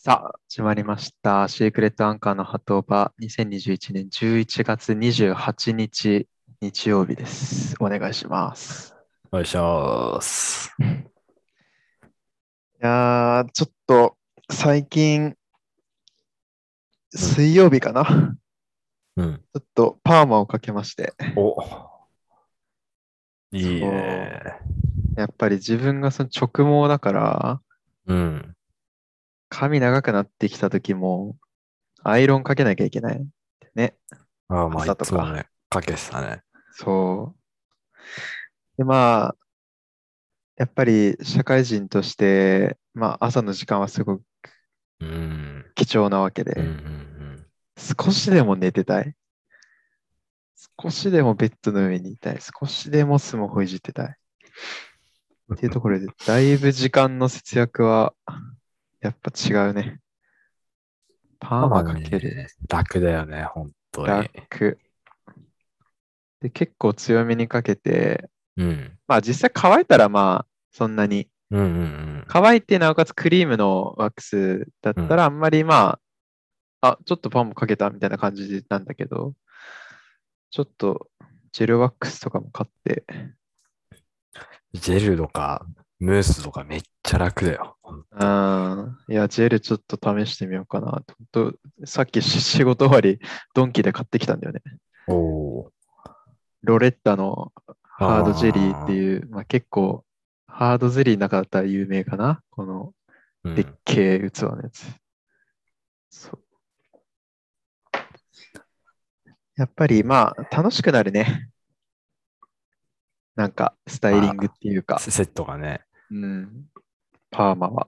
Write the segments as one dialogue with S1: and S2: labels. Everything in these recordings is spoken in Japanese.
S1: さあ、始まりました。シークレットアンカーの鳩場、2021年11月28日、日曜日です。お願いします。
S2: お願いします。
S1: ちょっと、最近、
S2: うん。
S1: 水曜日かな。ち
S2: うん。
S1: ょっと、パーマをかけまして。
S2: お、いい
S1: そ
S2: ね。
S1: う。やっぱり自分がその直毛だから、
S2: うん。
S1: 髪長くなってきた時も、アイロンかけなきゃいけない。ね。
S2: ああ、まあ、い
S1: 朝とか。
S2: つもね、かけてたね。
S1: そう。で、まあ、やっぱり社会人として、まあ朝の時間はすごく
S2: うん。
S1: 貴重なわけ
S2: うん。う
S1: で、
S2: ん。
S1: 少しでも寝てたい。少しでもベッドの上にいたい。少しでもスマホいじってたい。っていうところで、だいぶ時間の節約はやっぱ違うね。パーマ
S2: まあ
S1: かける。
S2: ね、楽だよね、本当に。
S1: 楽。で、結構強めにかけて、
S2: うん。
S1: まあ実際乾いたらまあそんなに。
S2: うん。うん。
S1: 乾いてなおかつクリームのワックスだっ
S2: うん。うん。
S1: たらあんまりまあ、ちょっとパーマかけたみたいな感じなんだけど、ちょっとジェルワックスとかも買って、
S2: ジェルとか、ムースとかめっちゃ楽だよ。ほんと。
S1: いや、ジェルちょっと試してみようかなと。さっき仕事終わり、ドンキで買ってきたんだよね。
S2: おー。
S1: ロレッタのハードジェリーって
S2: ああ、
S1: いう、まあ、結構ハードゼリーの中だったら有名かな。このでっ
S2: うん。
S1: けえ器のやつ。そう。やっぱりまあ楽しくなるね。なんかスタイリングっ
S2: まあ、
S1: ていうか、
S2: セットがね。
S1: うん、パーマは。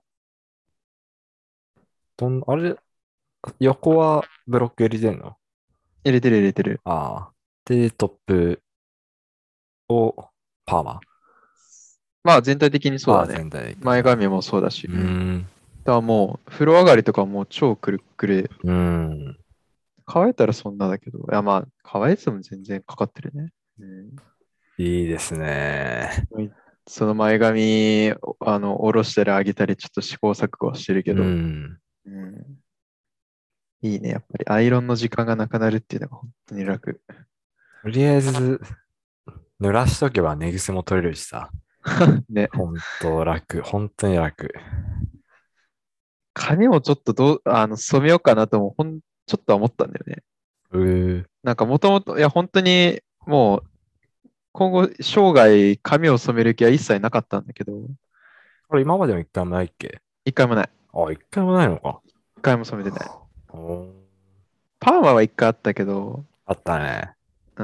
S2: あれ、横はブロック入れてんの？
S1: 入れてる入れてる。
S2: ああ。で、トップをパーマ。
S1: まあ全体的にそう
S2: ああ、
S1: だね。
S2: 全体的にな。
S1: 前髪もそうだし。
S2: うー
S1: うん。
S2: ん。
S1: だからもう風呂上がりとかもう超くるっくる。
S2: うーん。
S1: 乾いたらそんなだけど。いやまあ乾いてても全然かかってるね。うん。
S2: いいですね。
S1: その前髪、下ろしたり上げたりちょっと試行錯誤はしてるけ
S2: う
S1: ど。
S2: ん。
S1: うん。いいね。やっぱりアイロンの時間がなくなるっていうのが本当に楽。
S2: とりあえず、濡らしとけば寝癖も取れるしさ。
S1: ね。
S2: ほんと楽。本当に楽。
S1: 髪もちょっと染めようかなとも、ちょっとは思ったんだよね。
S2: うー。
S1: なんかもともと、いや、本当にもう、今後、生涯髪を染める気は一切なかったんだけど、
S2: これ今までも一回もないっけ？
S1: 一回もない。
S2: あ、一回もないのか。
S1: 一回も染めてない。
S2: おー。
S1: パーマは一回あったけど、
S2: あったね。
S1: うん、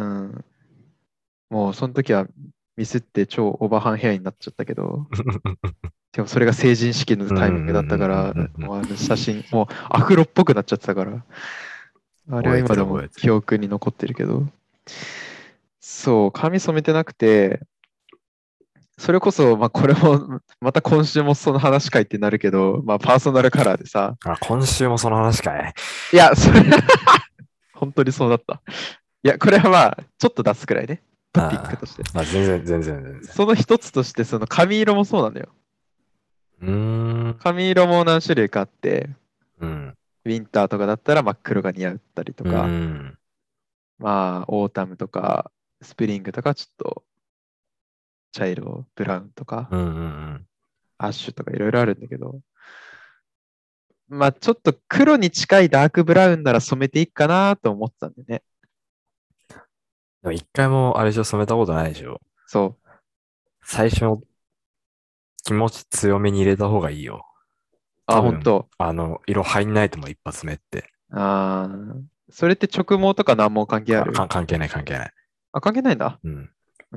S1: もうその時はミスって超オーバーハンヘアになっちゃったけど、でもそれが成人式の
S2: うんうんう
S1: タイミングだったから、
S2: んうんうん。
S1: もうあの写真、もうアフロっぽくなっちゃってたから、あれは
S2: 覚えて
S1: 今でも
S2: る覚えてる。
S1: 記憶に残ってるけど、そう、髪染めてなくて、それこそ、まあこれも、また今週もその話かいってなるけど、まあパーソナルカラーでさ、
S2: あ、今週もその話かい。
S1: いや、それ本当にそうだった。いや、これはまあ、ちょっと出すくらいね。トピック
S2: あ
S1: として。
S2: あ、全然全然全然。
S1: その一つとして、その髪色もそうなんだよ。
S2: うーん。
S1: 髪色も何種類かあって、
S2: うん。
S1: ウィンターとかだったら真っ黒が似合ったりと
S2: う
S1: か、
S2: ん。
S1: まあ、オータムとか、スプリングとか、ちょっと茶色、ブラウンとか、
S2: うんうん
S1: アッシュとかいろいろあるんだけど、まあ、ちょっと黒に近いダークブラウンなら染めていいかなと思ってたんだよね。
S2: でも一回もあれ以上染めたことないでしょ。
S1: そう。
S2: 最初の気持ち強めに入れた方がいいよ。
S1: あ、
S2: 多分、
S1: 本当。
S2: 色入んないとも一発目って。
S1: あそれって直毛とか何も関係ある？
S2: 関係ない関係ない。
S1: あ、関係ないんだ。
S2: うん。
S1: うん。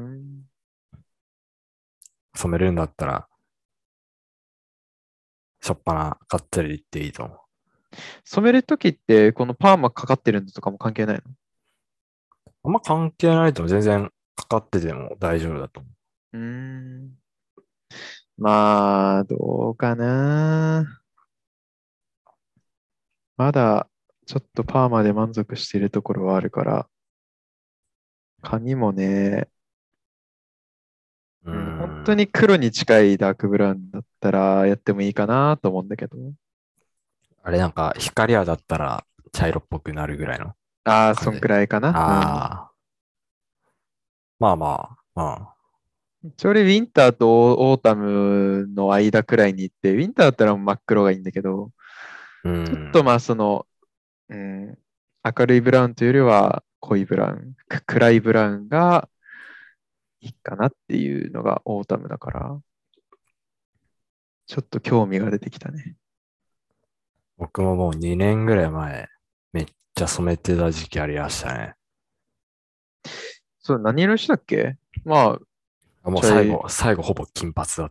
S2: 染めるんだったら、しょっぱな買ったりっていいと思う。
S1: 染めるときって、このパーマかかってるのとかも関係ないの？
S2: あんま関係ないと全然かかってても大丈夫だと思
S1: うーん。まあ、どうかな。まだ、ちょっとパーマで満足しているところはあるから、髪もね、
S2: う。うー
S1: うん、本当
S2: ん。
S1: に黒に近いダークブラウンだったらやってもいいかなと思うんだけど。
S2: あれなんか光当たったら茶色っぽくなるぐらいの
S1: ああ、そんく
S2: 感じ。
S1: らいかな。うん。
S2: ああ、まあまあ、
S1: ちょうどウィンターとオータムの間くらいに行って、ウィンターだったら真っ黒がいいんだけど、
S2: うん。う
S1: ちょっと
S2: ん。
S1: まあうん、明るいブラウンというよりは濃いブラウン、暗いブラウンがいいかなっていうのがオータムだから、ちょっと興味が出てきたね。
S2: 僕ももう2年ぐらい前、めっちゃ染めてた時期ありましたね。
S1: そう、何色したっけ？まあ、
S2: もう
S1: 茶い、
S2: 最後ほぼ金髪だった。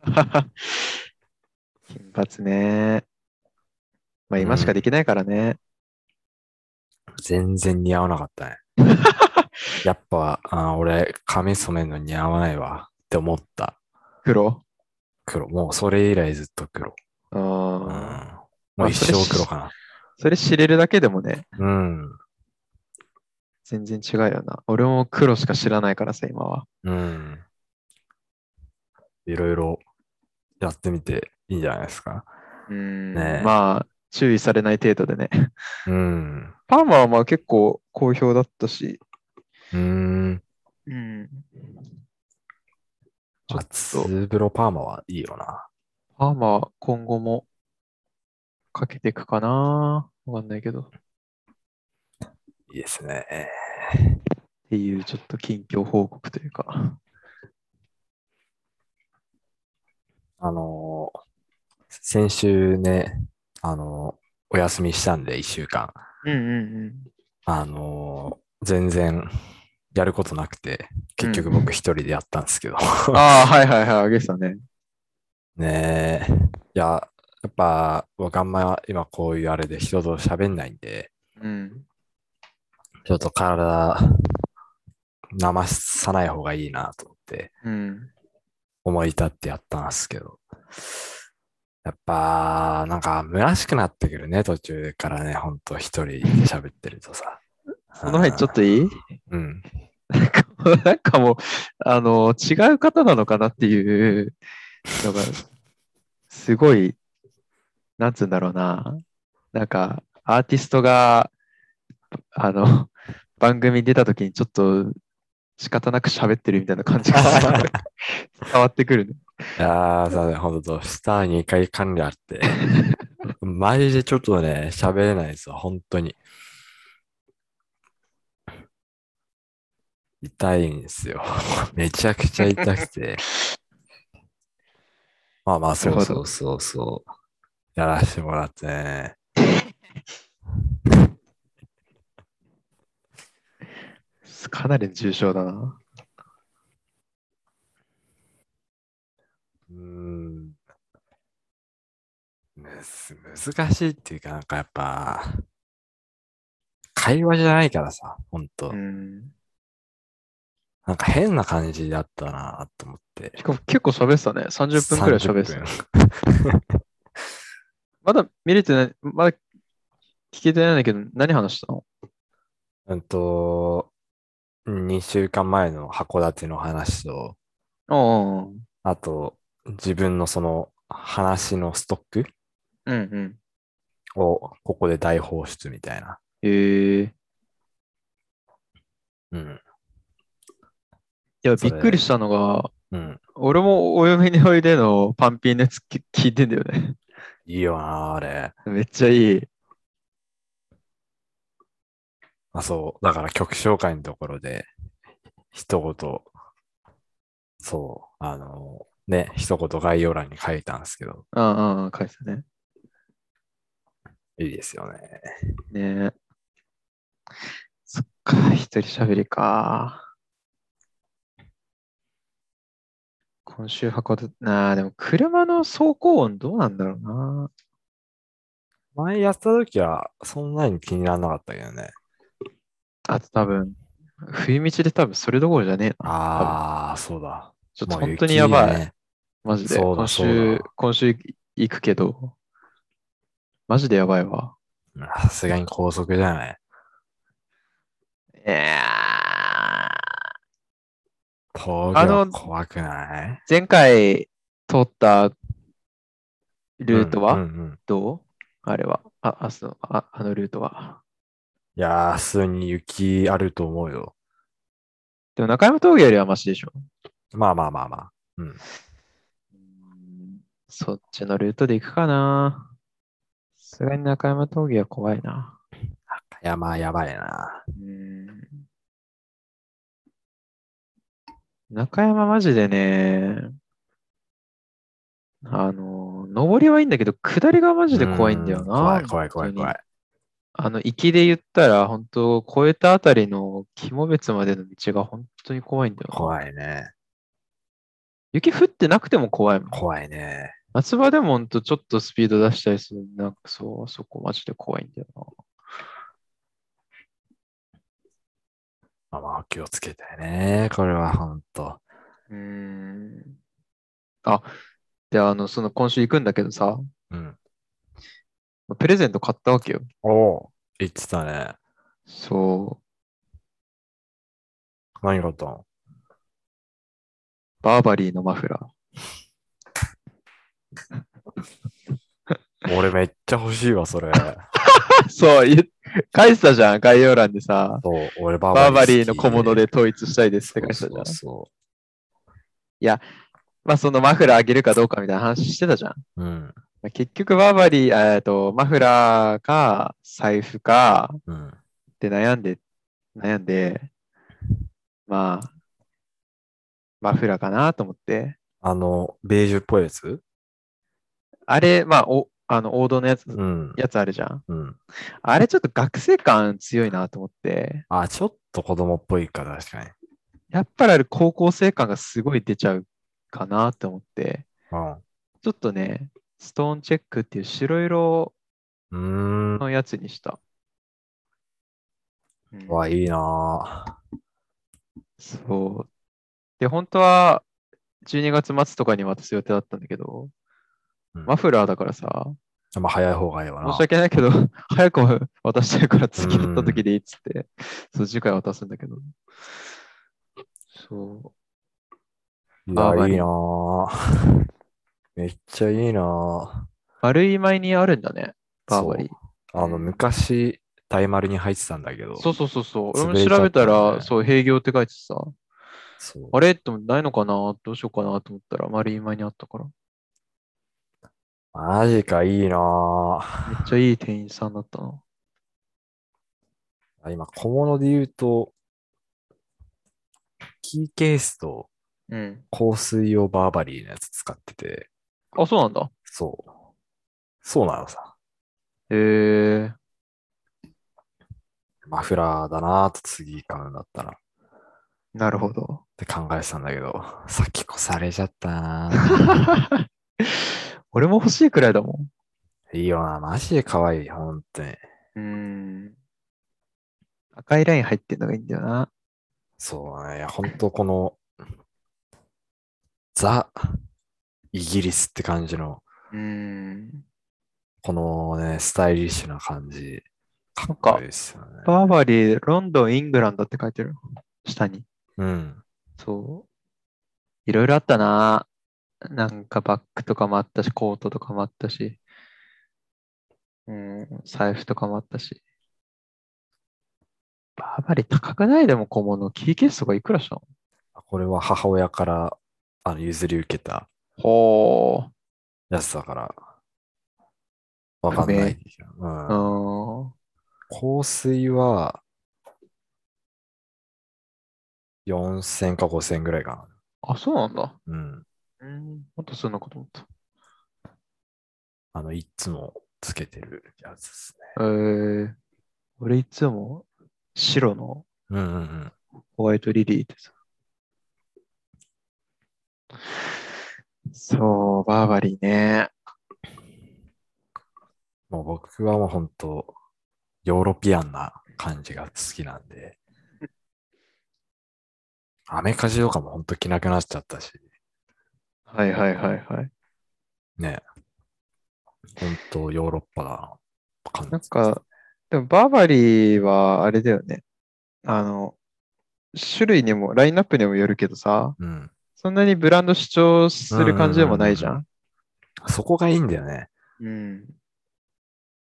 S1: 金髪ね。まあ
S2: うん。
S1: 今しかできないからね。
S2: 全然似合わなかったね。やっぱ、俺、髪染めるの似合わないわって思った。
S1: 黒。
S2: 黒。もうそれ以来ずっと黒。
S1: あ
S2: うん。
S1: あ。
S2: もう一生黒かな。
S1: それ知れるだけでもね、
S2: うん。
S1: 全然違うよな。俺も黒しか知らないからさ、今は。
S2: うん。いろいろやってみていいんじゃないですか。ね
S1: まあ、注意されない程度でね。
S2: え。うん。
S1: パーマはまあ結構好評だったし、
S2: うーん。
S1: うん。ちょっ
S2: あ、
S1: と、
S2: ツーブロパーマはいいよな。
S1: パーマは今後もかけていくかな。わかんないけど。っ
S2: いいですね。
S1: ていうちょっと近況報告というか。
S2: あの先週ね、あのお休みしたんで、1週間。
S1: うんうん
S2: 全然やることなくて、
S1: うん。
S2: 結局
S1: うん。
S2: 僕一人でやったんですけど。
S1: ああ、はいはいはい、あげてたね。
S2: ねえ。いや、やっぱ僕あんま今こういうあれで人と喋んないんで、
S1: うん。
S2: ちょっと体生さない方がいいなと思って
S1: うん。
S2: 思い立ってやったんですけど。やっぱ、なんか、虚しくなってくるね、途中からね、ほんと一人で喋ってるとさ。
S1: その前にちょっといい？
S2: うん。うん。
S1: なんかもう、違う方なのかなっていうのが、すごい、なんつうんだろうな。なんか、アーティストが、あの、番組に出た時にちょっと仕方なく喋ってるみたいな感じがすごい伝わってくるね。
S2: いやー、さ、ほんと、下2回管理あって、マジでちょっとね、喋れないですよ、本当に。痛いんですよ。めちゃくちゃ痛くて。まあまあ、
S1: なるほど。
S2: そう。やらせてもらってね。
S1: かなり重症だな。
S2: うーん、難しいっていうか、なんかやっぱ、会話じゃないからさ、ほん
S1: う
S2: と。
S1: ん。
S2: なんか変な感じだったなと思って。
S1: しかも結構喋ってたね。30分くらい
S2: 30分。
S1: 喋ってたね。まだ見れてない、まだ聞けてないんだけど、何話したの？
S2: うんと、2週間前の函館の話と、
S1: ああ、
S2: あと、自分のその話のストック
S1: うんうん。
S2: をここで大放出みたいな。
S1: ええ。
S2: うん。
S1: いや、びっくり
S2: それ、
S1: したのが、
S2: うん。
S1: 俺もお嫁においでのパンピーのやつ聞いてんだよね。
S2: いいよな、あれ。
S1: めっちゃいい。
S2: あ、そう。だから曲紹介のところで、一言、そう、ね、一言概要欄に書いたんですけど、
S1: ああ、ああ、返すね。
S2: いいですよね。
S1: ねえ。そっか、一人喋りか。今週函館、でも車の走行音どうなんだろうな。
S2: 前やった時は、そんなに気にならなかったけどね。
S1: あと多分、冬道で多分それどころじゃねえな。多分。
S2: ああ、そうだ。もう
S1: ちょっと本当にやばい。
S2: 雪ね。
S1: マジで。
S2: そうだ。
S1: 今週行くけど、マジでやばいわ。
S2: さすがに高速じゃない。
S1: いや
S2: 峠は
S1: あの、
S2: 怖くない？
S1: 前回通った
S2: うん、うん、う
S1: ルートは
S2: ん。
S1: どう？ あれは。あのルートは。
S2: いやー、普通に雪あると思うよ。
S1: でも中山峠よりはマシでしょ。
S2: まあまあまあまあ。うん。
S1: そっちのルートで行くかな。さすがに中山峠は怖いな。
S2: 山やばいな。
S1: うん。中山マジでね、上りはいいんだけど、下りがマジ
S2: う
S1: で怖いんだよ
S2: ーん、怖
S1: な。本
S2: い怖い怖
S1: 当に。
S2: い怖い。
S1: 行きで言ったら、本当越えたあたりの肝別までの道が本当に怖いんだよな。
S2: 怖いね。
S1: 雪降ってなくても怖いもん。
S2: 怖いね。
S1: 夏場でも本当ちょっとスピード出したりする。なんかそう、そこマジで怖いんだよな。
S2: まあまあ、気をつけてね。これはほんと。
S1: うーん。あ、で、その今週行くんだけどさ、
S2: うん。
S1: プレゼント買ったわけよ。
S2: おお、言ってたね。
S1: そう、
S2: 何があったの？
S1: バーバリーのマフラー。
S2: 俺めっちゃ欲しいわ、それ。
S1: そう、書いてたじゃん、概要欄でさ、
S2: そう、俺バーバ
S1: バー
S2: リー好
S1: バリーの小
S2: きで。
S1: 物で統一したいですって
S2: そうそう
S1: 書いてたじゃん。い
S2: そ
S1: や、まあそのマフラーあげるかどうかみたいな話してたじゃん。
S2: う。うん、
S1: まあ結局バーバリー、マフラーか財布か
S2: うん。
S1: って悩んで、まあ、マフラーかなと思って。
S2: ベージュっぽいやつ。
S1: あれ、まあ、王道の
S2: うん、
S1: やつあるじゃん。
S2: うん。
S1: あれちょっと学生感強いなと思って、
S2: あ、ちょっと子供っぽいか、確かに。
S1: やっぱりあれ高校生感がすごい出ちゃうかなと思って、
S2: うん。
S1: ちょっとね、ストーンチェックっていう白色
S2: うーん。
S1: のやつにした。う
S2: わ、
S1: ん、
S2: いいな
S1: そう。で、本当は12月末とかに渡す予定だったんだけど、
S2: ぁ。うん。
S1: マフラーだからさ、
S2: まあ、早い方がいいわ
S1: 申し
S2: な。
S1: 訳ないけど、早く渡したいから
S2: うー
S1: 次会った時
S2: ん。
S1: でいいっつって、そう、次回渡すんだけど、そう、
S2: いや、いいな
S1: バーバリー。
S2: ぁ。めっちゃいいなぁ。
S1: 丸い前にあるんだね、バーバリ
S2: そう。
S1: ー。うん。
S2: 昔、大丸に入ってたんだけど、
S1: そうそうそうそう。俺も調
S2: 潰れちゃっ
S1: べたら、
S2: たよね。
S1: そう、閉業って書いてさ、
S2: そう。
S1: あれってないのかなどうしようかなと思ったら、丸い前にあったから。
S2: マジか、いいな
S1: めっちゃ
S2: ぁ。
S1: いい店員さんだったな。
S2: 今、小物で言うと、キーケースと
S1: うん。
S2: 香水用バーバリーのやつ使ってて、
S1: あ、そうなんだ。
S2: そう。そうなのさ。
S1: へえ、
S2: マフラーだなぁと次買うんだったら。っ
S1: なるほど。
S2: て考えてたんだけど、先越されちゃったな
S1: 俺も欲しいくらいだも
S2: ぁ。いいよな。マジで可愛い。本当に。
S1: ん。うん。赤いライン入ってんのがいいんだよな。
S2: そうね。いや、本当この、ザ・イギリスって感じの、
S1: うん。
S2: このね、スタイリッシュな感じ、かっこいい
S1: なんか、
S2: ですよね。
S1: バーバリー、ロンドン、イングランドって書いてる。下に。
S2: うん。
S1: そう。いろいろあったな。なんかバッグとかもあったし、コートとかもあったし、うん、財布とかもあったし。バーバリー高くないでも小物。キーケースとかいくらしたの？
S2: これは母親から譲り受けた
S1: ほー、
S2: やつだから、わかんない
S1: 不明。
S2: けど。う
S1: う
S2: ん。
S1: ーん。
S2: 香水は4000か5000ぐらいか
S1: あ、そうなんだ。
S2: な。うん。
S1: うん、もっとそんなこと思った。
S2: いつもつけてるやつです
S1: 俺いつも白の
S2: ね。うんうんうん。
S1: ホワイトリリーってさ。そう、バーバリーね。
S2: もう僕はもう本当ヨーロピアンな感じが好きなんで、アメカジとかも本当着なくなっちゃったし、
S1: はいはいはいはい。
S2: ね、本当ヨーロッパだな、感じです。
S1: なんか、でもバーバリーはあれだよね。あの、種類にも、ラインナップにもよるけどさ、
S2: うん。
S1: そんなにブランド主張
S2: うんう
S1: する感じでも
S2: んうんうんうん。
S1: ないじゃん。
S2: そこがいいんだよね。
S1: うん。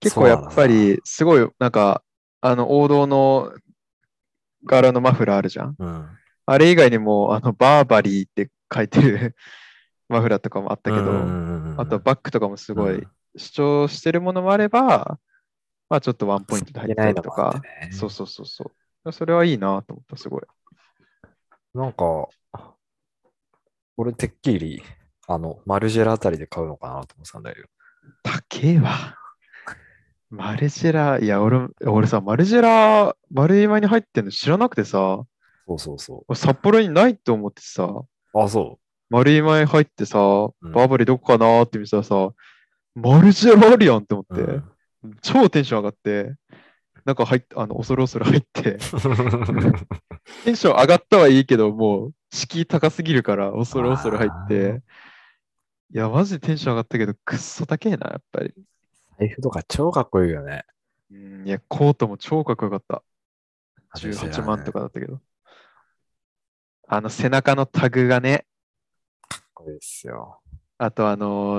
S1: 結構やっぱり、すごい、なんか、王道の柄のマフラーあるじゃん。
S2: うん。
S1: あれ以外にも、バーバリーって書いてるマフラーとかもあった
S2: うんう
S1: けど、あと
S2: んうんうん
S1: バッグとかもすごい
S2: うん。
S1: 主張してるものもあれば、まあちょっとワンポイントで入ってた
S2: いけないのもあって
S1: りとか、そう
S2: ね。
S1: そうそうそう。それはいいなと思った、すごい。
S2: なんか、俺てっきり、マルジェラあたりで買うのかなと思ってたんだけど。
S1: 高えわ。マルジェラ、いや、俺さ、マルジェラ、丸今に入ってんの知らなくてさ、
S2: そうそうそ
S1: 俺札幌にないと思ってさ、
S2: う。あ、そ
S1: 丸今に入ってさ、
S2: う。うん。
S1: バーバリーどこかなーって見てたらさ、マルジェラあるやんって思って、
S2: うん。
S1: 超テンション上がって、なんか入って、恐る恐る入って、テンション上がったはいいけど、もう、敷居高すぎるから、恐る恐る入っ
S2: ああ、
S1: て、いや、マジでテンション上がったけど、くっそ高えな、やっぱり。
S2: 財布とか超かっこいいよね。
S1: うん、いや、コートも超かっこよかった。
S2: マルジェ
S1: 18万と
S2: ラね。
S1: かだったけど。背中のタグがね、
S2: これですよ。
S1: あと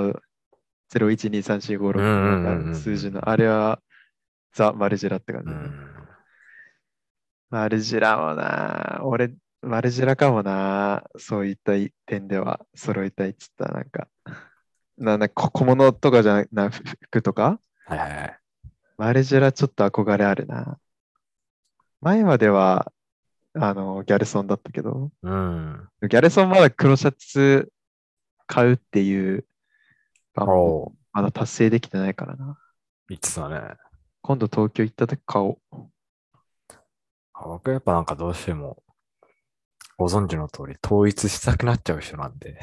S2: うんう
S1: 01234567なんか
S2: んうん
S1: 数字の、あれはザ・マルジェラって感
S2: うんう
S1: じだね。
S2: ん。
S1: マルジェラもな、俺、マルジェラかもな、そういった点では揃いたいっつったらなんか、小物とかじゃな服とか、
S2: はいはいはい。
S1: マルジェラちょっと憧れあるな。前までは、ギャルソンだったけど、
S2: うん。
S1: ギャルソンまだ黒シャツ買うっていう願望、
S2: おう、
S1: まだ達成できてないからな。
S2: いつだね。
S1: 今度東京行った時買おう。
S2: 僕やっぱなんかどうしても、ご存知の通り、統一したくなっちゃう人なんで、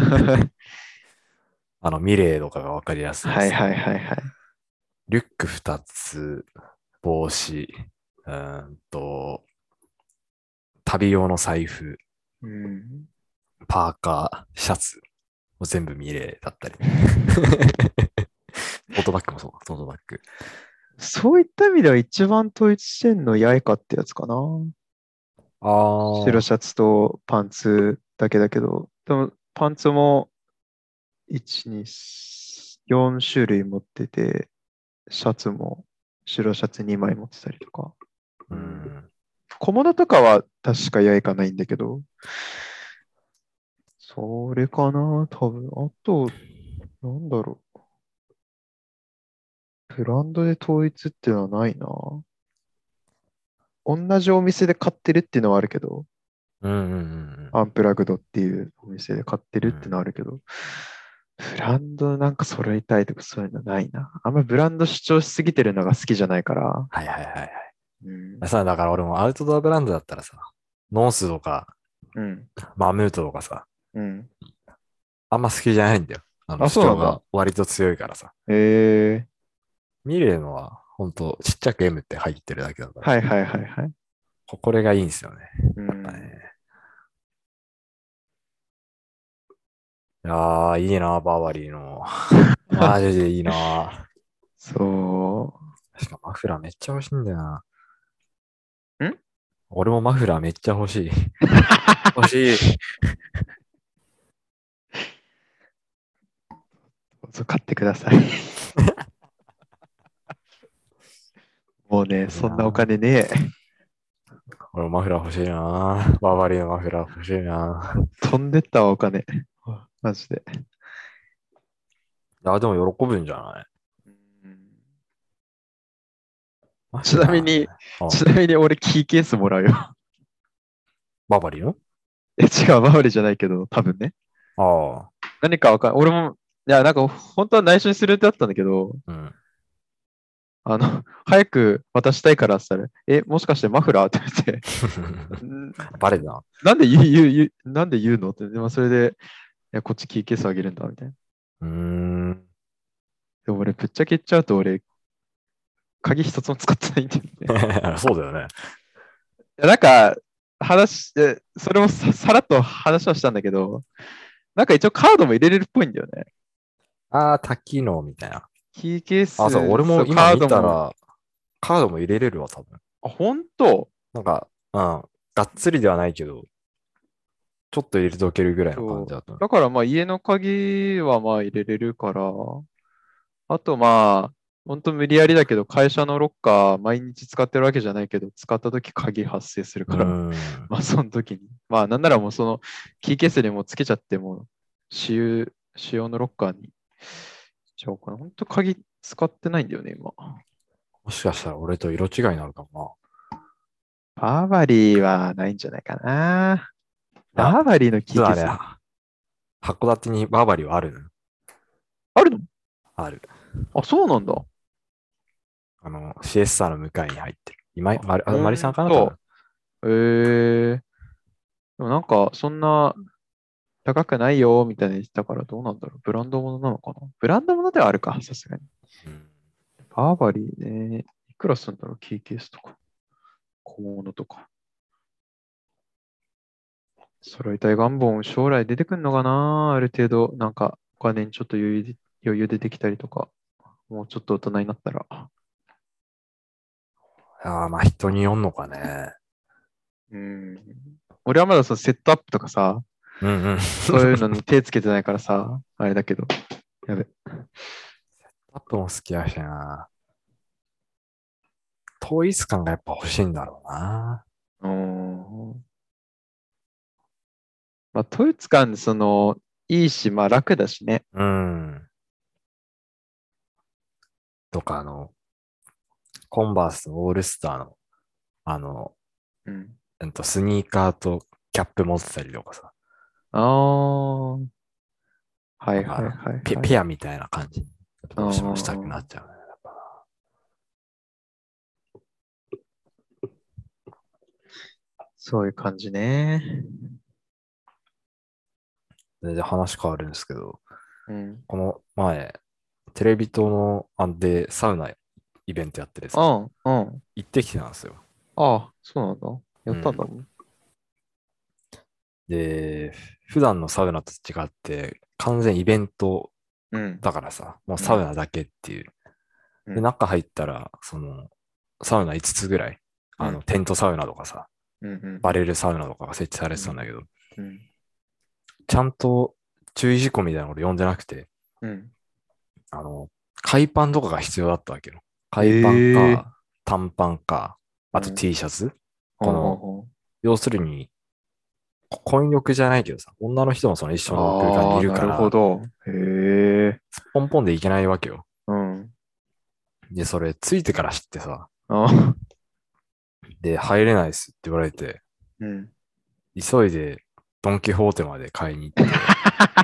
S2: ミレーとかがわかりやすいさ。
S1: はいはいはいはい。
S2: リュック2つ、帽子、うーんと、旅用の財布、
S1: うん。
S2: パーカー、シャツ、もう全部ミレーだったり。トートバッグもそう、トートバッグ。
S1: そういった意味では一番統一してんの八重かってやつかな。白
S2: あ
S1: シャツとパンツだけだけど、でもパンツも1、2、4種類持ってて、シャツも白シャツ2枚持ってたりとか。
S2: ー、う
S1: うん。
S2: ん。
S1: 小物とかは確か八重かないんだけど、それかな多分。あと、なんだろう。ブランドで統一っていうのはないな。同じお店で買ってるっていうのはあるけど、
S2: うんうん
S1: アンプラグドっていうお店で買ってるっていう
S2: うんうん。
S1: のはあるけど、ブランドなんか揃えたいとかそういうのないな。あんまブランド主張しすぎてるのが好きじゃないから。
S2: はいはいはい
S1: うん。
S2: はい。さ、だから俺もアウトドアブランドだったらさ、ノースとか、
S1: うん。
S2: マムートとかさ、
S1: うん。
S2: あんま好きじゃないんだよ。
S1: あ、
S2: 主張
S1: そうなんだ。
S2: が割と強いからさ。
S1: えー。
S2: ミレーのは、ほんと、ちっちゃく M って入ってるだけだから、
S1: はいはいはいはい。
S2: これがいいんですよね。
S1: う
S2: やっぱ
S1: ん。
S2: ね。いやー、いいな、バーバリーの。マジでいいな。
S1: そ
S2: しかもマフラーめっちゃ欲しいんだよな。
S1: う。ん
S2: 俺もマフラーめっちゃ欲しい。欲しい。
S1: そう買ってください。もうね、
S2: いい
S1: そんなお
S2: な。
S1: 金ねえ。
S2: 俺もマフラー欲しいな。バーバリーのマフラー欲しいな。
S1: 飛んでったわ、お金。マジで。
S2: いや、でも喜ぶんじゃない？
S1: うんち
S2: マフ
S1: なみに、
S2: ラーね。うん。
S1: ちなみに俺キーケースもらうよ。
S2: バーバリーの？
S1: 違う、マウリじゃないけど、多分ね。
S2: ああ。
S1: 何かわかんない。俺も、いや、なんか本当は内緒にするってあったんだけど、
S2: うん。
S1: 早く渡したいからって言ったら、もしかしてマフラーって言って、
S2: バレたな。
S1: なんでなんで言うのって、でもそれで、いや、こっちキーケースあげるんだ、みたいな。
S2: うーん。
S1: でも俺、ぶっちゃけ言っちゃうと、俺、鍵一つも使ってないんだよね。
S2: そうだよね。
S1: いやなんか、それもさらっと話はしたんだけど、なんか一応カードも入れれるっぽいんだよね。
S2: ああ、多機能みたいな。
S1: キーケー
S2: あ、そう、
S1: ス、
S2: 俺
S1: そう、
S2: も今見
S1: カードも、
S2: たら、カードも入れれるわ、多分。
S1: 本当
S2: なんか、うん、がっつりではないけど、ちょっと入れておけるぐらいの感じ
S1: そう。
S2: だと。
S1: だからまあ家の鍵はまあ入れれるから、あとまあ、 本当無理やりだけど、会社のロッカー毎日使ってるわけじゃないけど、使った時鍵発生する
S2: う
S1: から、
S2: ん。
S1: まあその時に。まあなんならもうそのキーケースにもつけちゃっても、使用のロッカーにしちゃおうかな。本当鍵使ってないんだよね、今。
S2: もしかしたら俺と色違いになるかも
S1: バーバリーはないんじゃないかな。
S2: な。いや、
S1: バーバリーのキー
S2: 実はね、
S1: ケース。
S2: 函館にバーバリーはあるのよ。
S1: あるの？
S2: ある。
S1: あ、そうなんだ。
S2: シエスタの向かいに入ってる。マリさん
S1: ほんと。
S2: かな多分。
S1: でもなんか、そんな高くないよ、みたいに言ってたから、どうなんだろう。ブランド物なのかな。ブランド物ではあるか、さすがに。
S2: うん。
S1: バーバリーね。いくらするんだろう、キーケースとか。小物とか。揃えたい願望も将来出てくるのかな、ある程度。なんか、お金にちょっと余裕出てきたりとか。もうちょっと大人になったら。
S2: まあ人によんのかね。
S1: うん。俺はまださ、セットアップとかさ、
S2: うんうん。
S1: そういうのに手つけてないからさ、あれだけど。やべ。
S2: アップも好きやしな。統一感がやっぱ欲しいんだろうな。
S1: うーん。まあ、統一感、いいし、まあ楽だしね。
S2: うん。とかコンバースのオールスターの、あの、
S1: うん。
S2: スニーカーとキャップ持ってたりとかさ。
S1: ああ、はいはい
S2: なんか、
S1: はいはい。
S2: ペアみたいな感じに
S1: あ
S2: どうしてもしたくなっ
S1: あ、
S2: ちゃうね。やっぱ
S1: そういう感じね。
S2: 全然話変わるんですけど、
S1: うん。
S2: この前、テレビ塔のでサウナイベントやっててさ、
S1: うん、うん。
S2: 行ってきてたんですよ。
S1: ああ、そうなんだ。やったんだ
S2: うん。
S1: もん。
S2: で、普段のサウナと違って、完全イベント
S1: うん、
S2: だからさ、もう
S1: うん、
S2: サウナだけっていう。で、
S1: うん、
S2: 中入ったら、サウナ5つぐらい、
S1: うん、
S2: テントサウナとかさ、
S1: うん、うん、
S2: バレルサウナとかが設置され
S1: うん、
S2: てたんだけど、
S1: うん、
S2: ちゃんと注意事項みたいなの俺読んでなくて、
S1: うん。
S2: あの、海パンとかが必要だったわけよ。海パン
S1: ええ、
S2: か、短パンか、あと
S1: うん、
S2: T シャツ。
S1: ほんほんほん。
S2: 要するに、混浴じゃないけどさ、女の人もその一緒の空間にい
S1: ああ、なるほ
S2: るから、
S1: ど。へえ、
S2: すっぽんぽんでいけないわけよ。
S1: うん。
S2: で、それ、ついてから知ってさ、
S1: ああ、
S2: で、入れないっすって言われて、
S1: うん。
S2: 急いでドンキホーテまで買いに行って、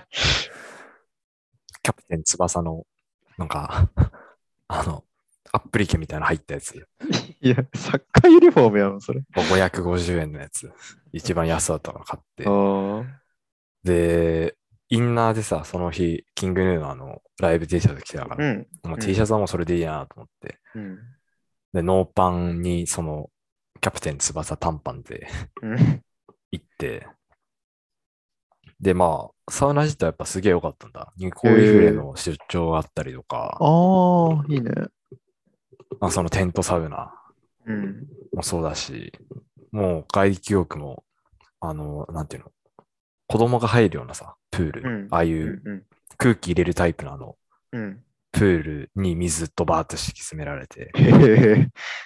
S2: キャプテン翼の、なんかあの、アップリケみたいなの入ったやつ、
S1: いや、サッカーユニフォームやん、それ。
S2: 550円のやつ、一番安かったから買っ
S1: あ
S2: て、
S1: あ、
S2: で、インナーでさ、その日、キングヌーのライブ T シャツ着てたから、
S1: うん、
S2: もう
S1: う
S2: T シャ
S1: ん、
S2: ツはもうそれでいいなと思って、
S1: うん、
S2: で、ノーパンに、キャプテン翼短パンで
S1: うん。
S2: 行って、で、まあ、サウナ自体やっぱすげえ良かったんだ。ニコイフレ
S1: へえ、
S2: の出張があったりとか、
S1: ああ、いいね。
S2: まあ、そのテントサウナ
S1: うん、
S2: もそうだし、もう外気浴も、なんていうの、子供が入るようなさ、プール、
S1: うん、
S2: ああいう
S1: うん、うん、
S2: 空気入れるタイプの
S1: うん。
S2: プールに水とバーッと敷き詰められて、
S1: へえ、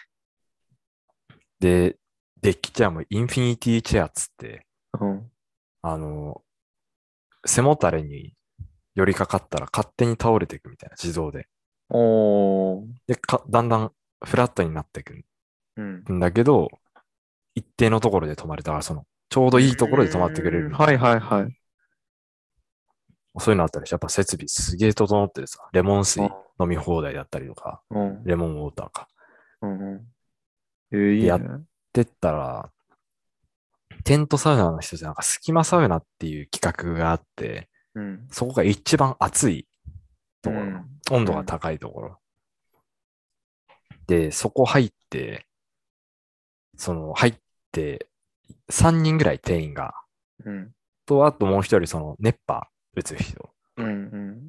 S2: で、デッキチェアもインフィニティチェアっつって、
S1: うん。
S2: あの、背もたれに寄りかかったら勝手に倒れていくみたいな、自動で。
S1: おー、
S2: で、だんだんフラットになっていく
S1: うん。
S2: んだけど、一定のところで止まれたから、ちょう
S1: う
S2: どいいところで止まってくれ
S1: ーん、はい
S2: るみたいな。
S1: はいはい。
S2: そういうのあったりして、やっぱ設備すげえ整ってるさ、レモン
S1: うん、
S2: 水飲み放題だったりとか、
S1: うん、
S2: レモンウォーターか。
S1: うん。うんい
S2: で、
S1: いね。
S2: やってったら、テントサウナの一つでなんか隙間サウナっていう企画があって、
S1: うん、
S2: そこが一番暑いところ、
S1: うん、
S2: 温度が
S1: うん、
S2: 高いところ。で、そこ入って、入って、3人ぐらい店員が、
S1: うん、
S2: あともう一人熱波打つ人
S1: うん、うん、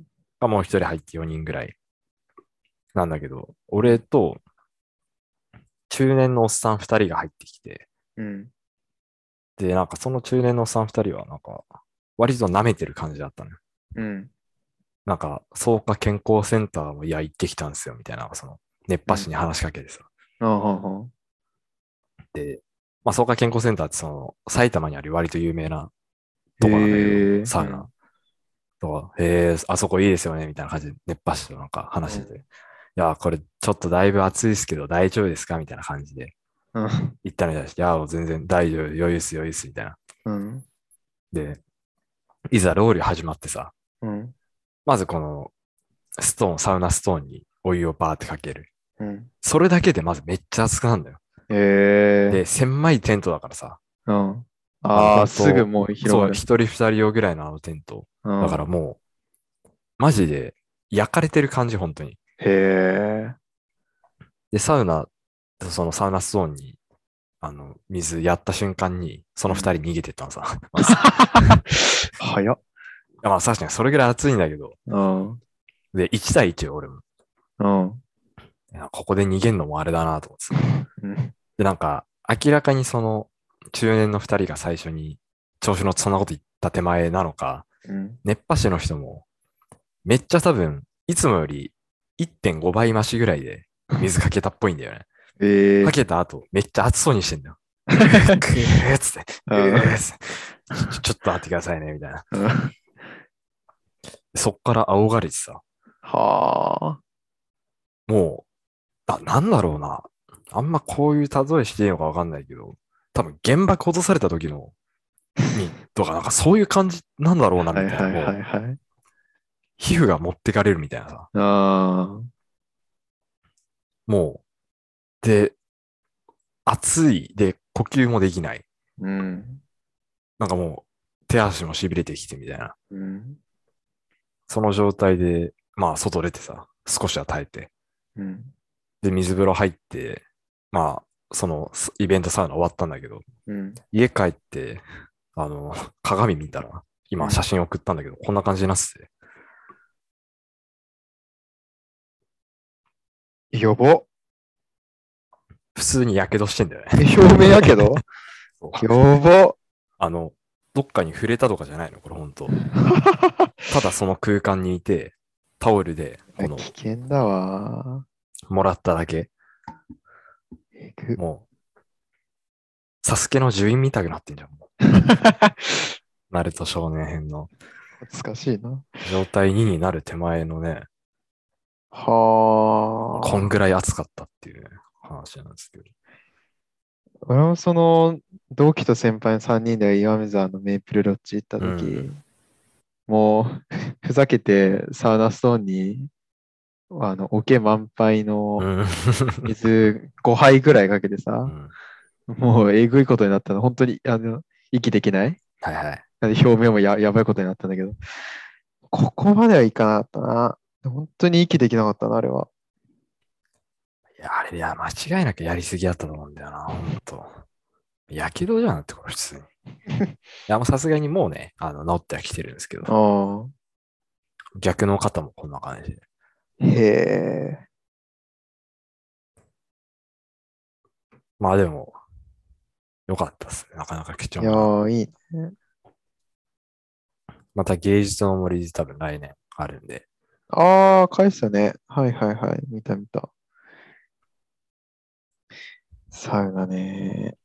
S2: がもう一人入って4人ぐらいなんだけど、
S1: うん、
S2: 俺と中年のおっさん2人が入ってきて、
S1: うん、
S2: で、なんかその中年のおっさん2人はなんか、割と舐めてる感じだったのよ。
S1: うん。
S2: なんか、草加健康センターも、いや、行ってきたんですよ、みたいな、その、熱波師に話しかけてさ。
S1: ああ、は
S2: で、まあ、草加健康センターってその、埼玉にある割と有名な
S1: へ
S2: とこなんだけど、
S1: え、
S2: サウナとか、へえ、あそこいいですよね、みたいな感じで熱波師となんか話してて。いや、これちょっとだいぶ暑いですけど大丈夫ですかみたいな感じで
S1: うん、
S2: 言ったみたいです。いや、もう全然大丈夫、余裕です、余裕です、みたいな。
S1: うん、
S2: で、いざロウリュ始まってさ、
S1: うん、
S2: まずこのサウナストーンにお湯をバーってかける。
S1: うん。
S2: それだけでまずめっちゃ熱くなるんだよ。で、
S1: ええ、
S2: 狭いテントだからさ、
S1: うん。ああ、
S2: 本当
S1: すぐもう広
S2: そう、
S1: がる。
S2: 一人二人用ぐらいのあのテント。だから
S1: うん。
S2: もう、マジで焼かれてる感じ、本当に。
S1: へえ。
S2: で、そのサウナストーンに、水やった瞬間に、その二
S1: うん。
S2: 人逃げてったのさ、まず。い
S1: 早っ。
S2: やまあ、確かにそれぐらい暑いんだけど、
S1: うん。
S2: で、1対1よ、俺も。
S1: うん。
S2: いやここで逃げんのもあれだなと思ってさ。
S1: うん。
S2: で、なんか、明らかにその、中年の二人が最初に、調子のそんなこと言った手前なのか、
S1: うん。
S2: 熱波師の人も、めっちゃ多分、いつもより1.5倍増しぐらいで水かけたっぽいんだよね。か
S1: ええ。
S2: けた後、めっちゃ暑そうにしてんだよ。ぐーっつって、ぐーっつって、ちょっと待ってくださいね、みたいな。
S1: うん。
S2: そっから仰がれてさ、
S1: はあ。
S2: もう、なんだろうな。あんまこういう例えしていいのかわかんないけど、多分原爆落とされた時の、とかなんかそういう感じなんだろうな、みたいな。
S1: はいはいは
S2: もう、
S1: いはい。
S2: 皮膚が持ってかれるみたいなさ。
S1: ああ。
S2: もう、で、暑い、で、呼吸もできない。
S1: うん。
S2: なんかもう、手足も痺れてきてみたいな。
S1: うん。
S2: その状態で、まあ、外出てさ、少しは耐えて。
S1: うん。
S2: で、水風呂入って、まあ、その、イベントサウナ終わったんだけど、
S1: うん。
S2: 家帰って、あの、鏡見たら、今写
S1: うん。
S2: 真送ったんだけど、こんな感じになってて、
S1: やば。
S2: 普通に火傷してんだよね。
S1: 表面やけど
S2: そう
S1: やば。
S2: あの、どっかに触れたとかじゃないのこれ本当。ただその空間にいて、タオルで、この、
S1: 危険だわ。
S2: もらっただけ、
S1: えぐ。
S2: もう、サスケの住院みたくなってんじゃん。もうナルト少年編の
S1: 懐かしいな。
S2: 状態2になる手前のね、こん
S1: はあ。
S2: ぐらい暑かったっていうね、話なんですけど。
S1: 俺もその、同期と先輩の3人で岩見沢のメイプルロッジ行った
S2: うん。
S1: 時、もうふざけてサウナストーンに、桶満杯の
S2: うん。
S1: 水5杯ぐらいかけてさ、
S2: うん。
S1: もうえぐいことになったの。本当に、息できない。
S2: はいはい。
S1: 表面もやばいことになったんだけど、ここまではいかなかったな。本当に息できなかったな、あれは。
S2: いや、あれ、いや、間違いなくやりすぎだったと思うんだよな、ほんと。やけどじゃんってこれ普通に。いや、もうさすがにもうね、治ってはきてるんですけど、
S1: あ
S2: 逆の方もこんな感じで。
S1: あ、へえ。
S2: まあでも、よかったっすね。なかなか貴
S1: いや
S2: 重な。
S1: ー、いいね。
S2: また芸術の森多分来年あるんで。
S1: ああ、返したね。はいはいはい。見た見た。サウナね。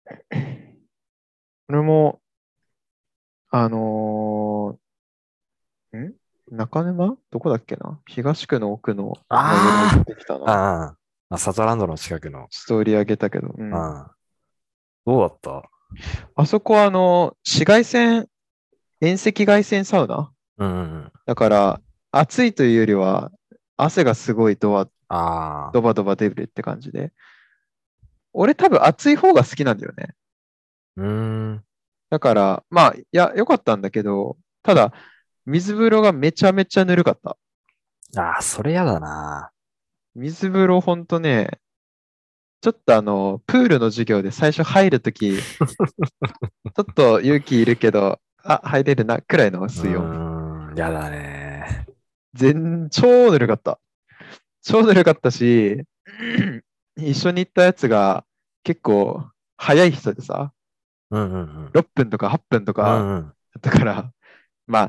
S1: 俺も、あの中沼どこだっけな東区の奥のマグロ行っ
S2: あ
S1: てきた
S2: あ、
S1: な。
S2: ああ、サザランドの近くの。
S1: ストーリー上げたけど。うん。
S2: うん。どうだった？
S1: あそこは紫外線、遠赤外線サウナ
S2: うんうんうん。
S1: だから、暑いというよりは、汗がすごい
S2: ああ、
S1: ドバドバ出るって感じで。俺多分暑い方が好きなんだよね。
S2: うーん。
S1: だから、まあ、いや、良かったんだけど、ただ、水風呂がめちゃめちゃぬるかった。
S2: ああ、それやだな。
S1: 水風呂ほんとね、ちょっとプールの授業で最初入るとき、ちょっと勇気いるけど、あ、入れるな、くらいの
S2: う
S1: 水温。
S2: ーん、やだね。
S1: 超ぬるかった。超ぬるかったし、一緒に行ったやつが結構早い人でさ、
S2: うんうんうん。
S1: 6分とか8分と
S2: う
S1: か
S2: んうん。
S1: だったから、まあ、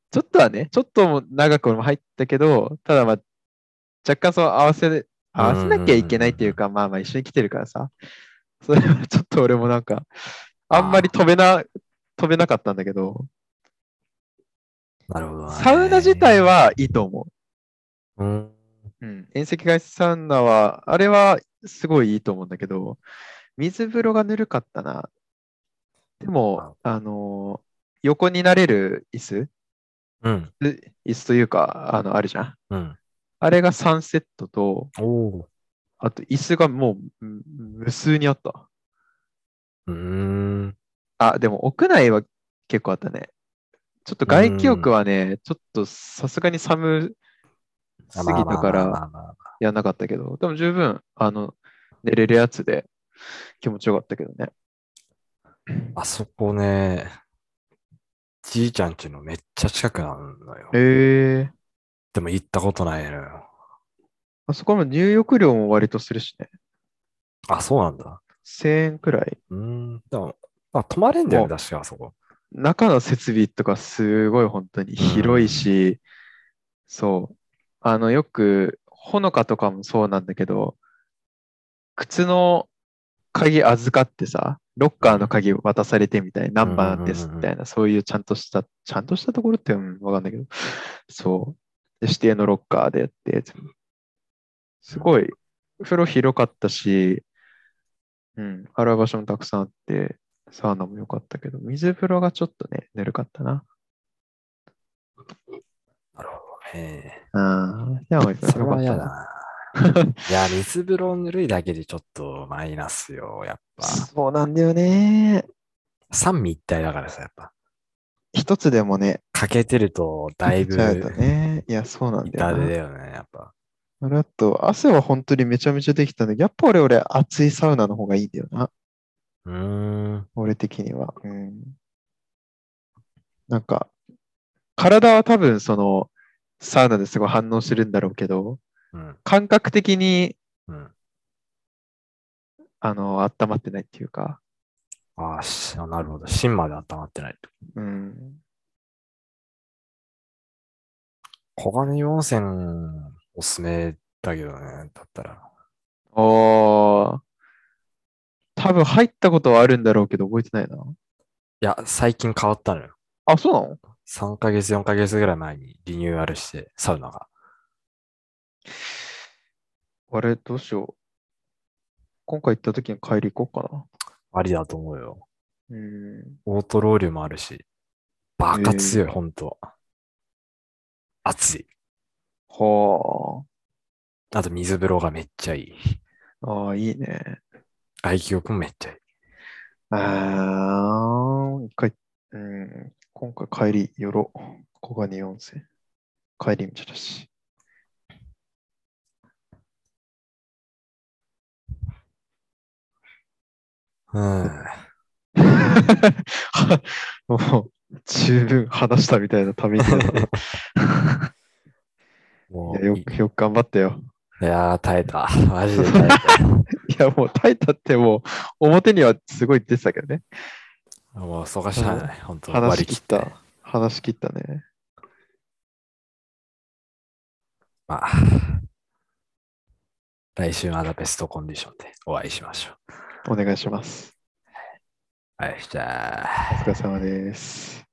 S1: ちょっとはね、ちょっとも長くも入ったけど、ただまあ、若干そう
S2: うん
S1: 合わせなきゃいけないっていう
S2: うん
S1: か、まあまあ一緒に来てるからさ、それはちょっと俺もなんか、あんまり
S2: あ
S1: 飛べなかったんだけど、
S2: あ、なるほど
S1: サウナ自体
S2: ね。
S1: はいいと思
S2: うん。
S1: う。うん。遠赤外線サウナは、あれはすごいいいと思うんだけど、水風呂がぬるかったな。でも、
S2: あ
S1: 横になれる
S2: うん。
S1: 椅子というか、あるじゃん。
S2: うん。
S1: あれが3セットと、
S2: おお。
S1: あと椅子がもう無数にあった。
S2: うーん。
S1: あ、でも屋内は結構あったね。ちょっと
S2: うー
S1: 外気浴
S2: ん。
S1: はね、ちょっとさすがに寒すぎた
S2: まあまあまあ
S1: から
S2: まあまあ。
S1: やんなかったけど、でも十分、寝れるやつで気持ちよかったけどね。
S2: あそこね、じいちゃんちのめっちゃ近くなのよ。
S1: ええ、
S2: でも行ったことないのよ。
S1: あそこの入浴料も割とするしね。
S2: あ、そうなんだ。
S1: 1000円くらい。
S2: うーん。でも、まあ、泊まれんだよね、
S1: も
S2: 確かあそこ。
S1: う、中の設備とかすごい本当に
S2: うー
S1: 広い
S2: ん。
S1: し、そう。よく、ほのかとかもそうなんだけど、靴の鍵預かってさ、ロッカーの
S2: うん。
S1: 鍵を渡されてみたいな、
S2: うんうん
S1: 何番
S2: うんうん
S1: ですみたいな、そういうちゃんとしたところって、わかんないけど、そう。で、指定のロッカーでやって、すごい、風呂広かったし、うん、洗う場所もたくさんあって、サウナも良かったけど、水風呂がちょっとね、ぬるかったな。
S2: なるほどね。
S1: ああ、でも
S2: それは
S1: 良かったな。
S2: 嫌だな。いや、水風呂ぬるいだけでちょっとマイナスよ、やっぱ。
S1: そうなんだよね。
S2: 三位一体だからさ、やっぱ。
S1: 一つでもね、
S2: 欠けてるとだ
S1: か
S2: いぶ
S1: けちゃうとね。いや、そうなんだよ
S2: 痛手
S1: な。
S2: だよね、やっぱ。
S1: あと、汗は本当にめちゃめちゃできたんだけど、やっぱ俺熱いサウナの方がいいんだよな。
S2: うーん。
S1: 俺的には。うん。なんか、体は多分サウナですごい反応してるんだろうけど、
S2: うん。
S1: 感覚的に、
S2: うん。
S1: 温まってないっていうか、
S2: なるほど。芯まで温まってないと。
S1: うん。
S2: 黄金湯温泉おすすめだけどね、だったら。
S1: おー、多分入ったことはあるんだろうけど、覚えてないな。
S2: いや、最近変わったのよ。
S1: あ、そうなの？
S2: 3ヶ月、4ヶ月ぐらい前にリニューアルして、サウナが。
S1: あれ、どうしよう。今回行った時に帰り行こうかな。
S2: ありだと思うよ。
S1: うん。
S2: オートロウリュもあるし、バカ強い、
S1: ええ、
S2: ほんと。熱い。
S1: は
S2: あと水風呂がめっちゃいい。
S1: あ。ああ、いいね。
S2: 外気浴もめっちゃいい。
S1: 一回、うん、今回帰り寄ろう。小金温泉。帰り道だし。
S2: うん。
S1: もう、十分話したみたいなためになって。いや、
S2: もういい。
S1: よく頑張ったよ。
S2: いやー、耐えた。マジで耐えたよ。
S1: いや、もう耐えたってもう、表にはすごい出てたけどね。
S2: もう、そうかし
S1: うん、
S2: ゃあない。本当割
S1: 話し
S2: り切って。
S1: 切った。話し切ったね。
S2: まあ、来週またベストコンディションでお会いしましょう。
S1: お願いします。
S2: はい、じゃ
S1: お疲れ
S2: あ。
S1: 様です。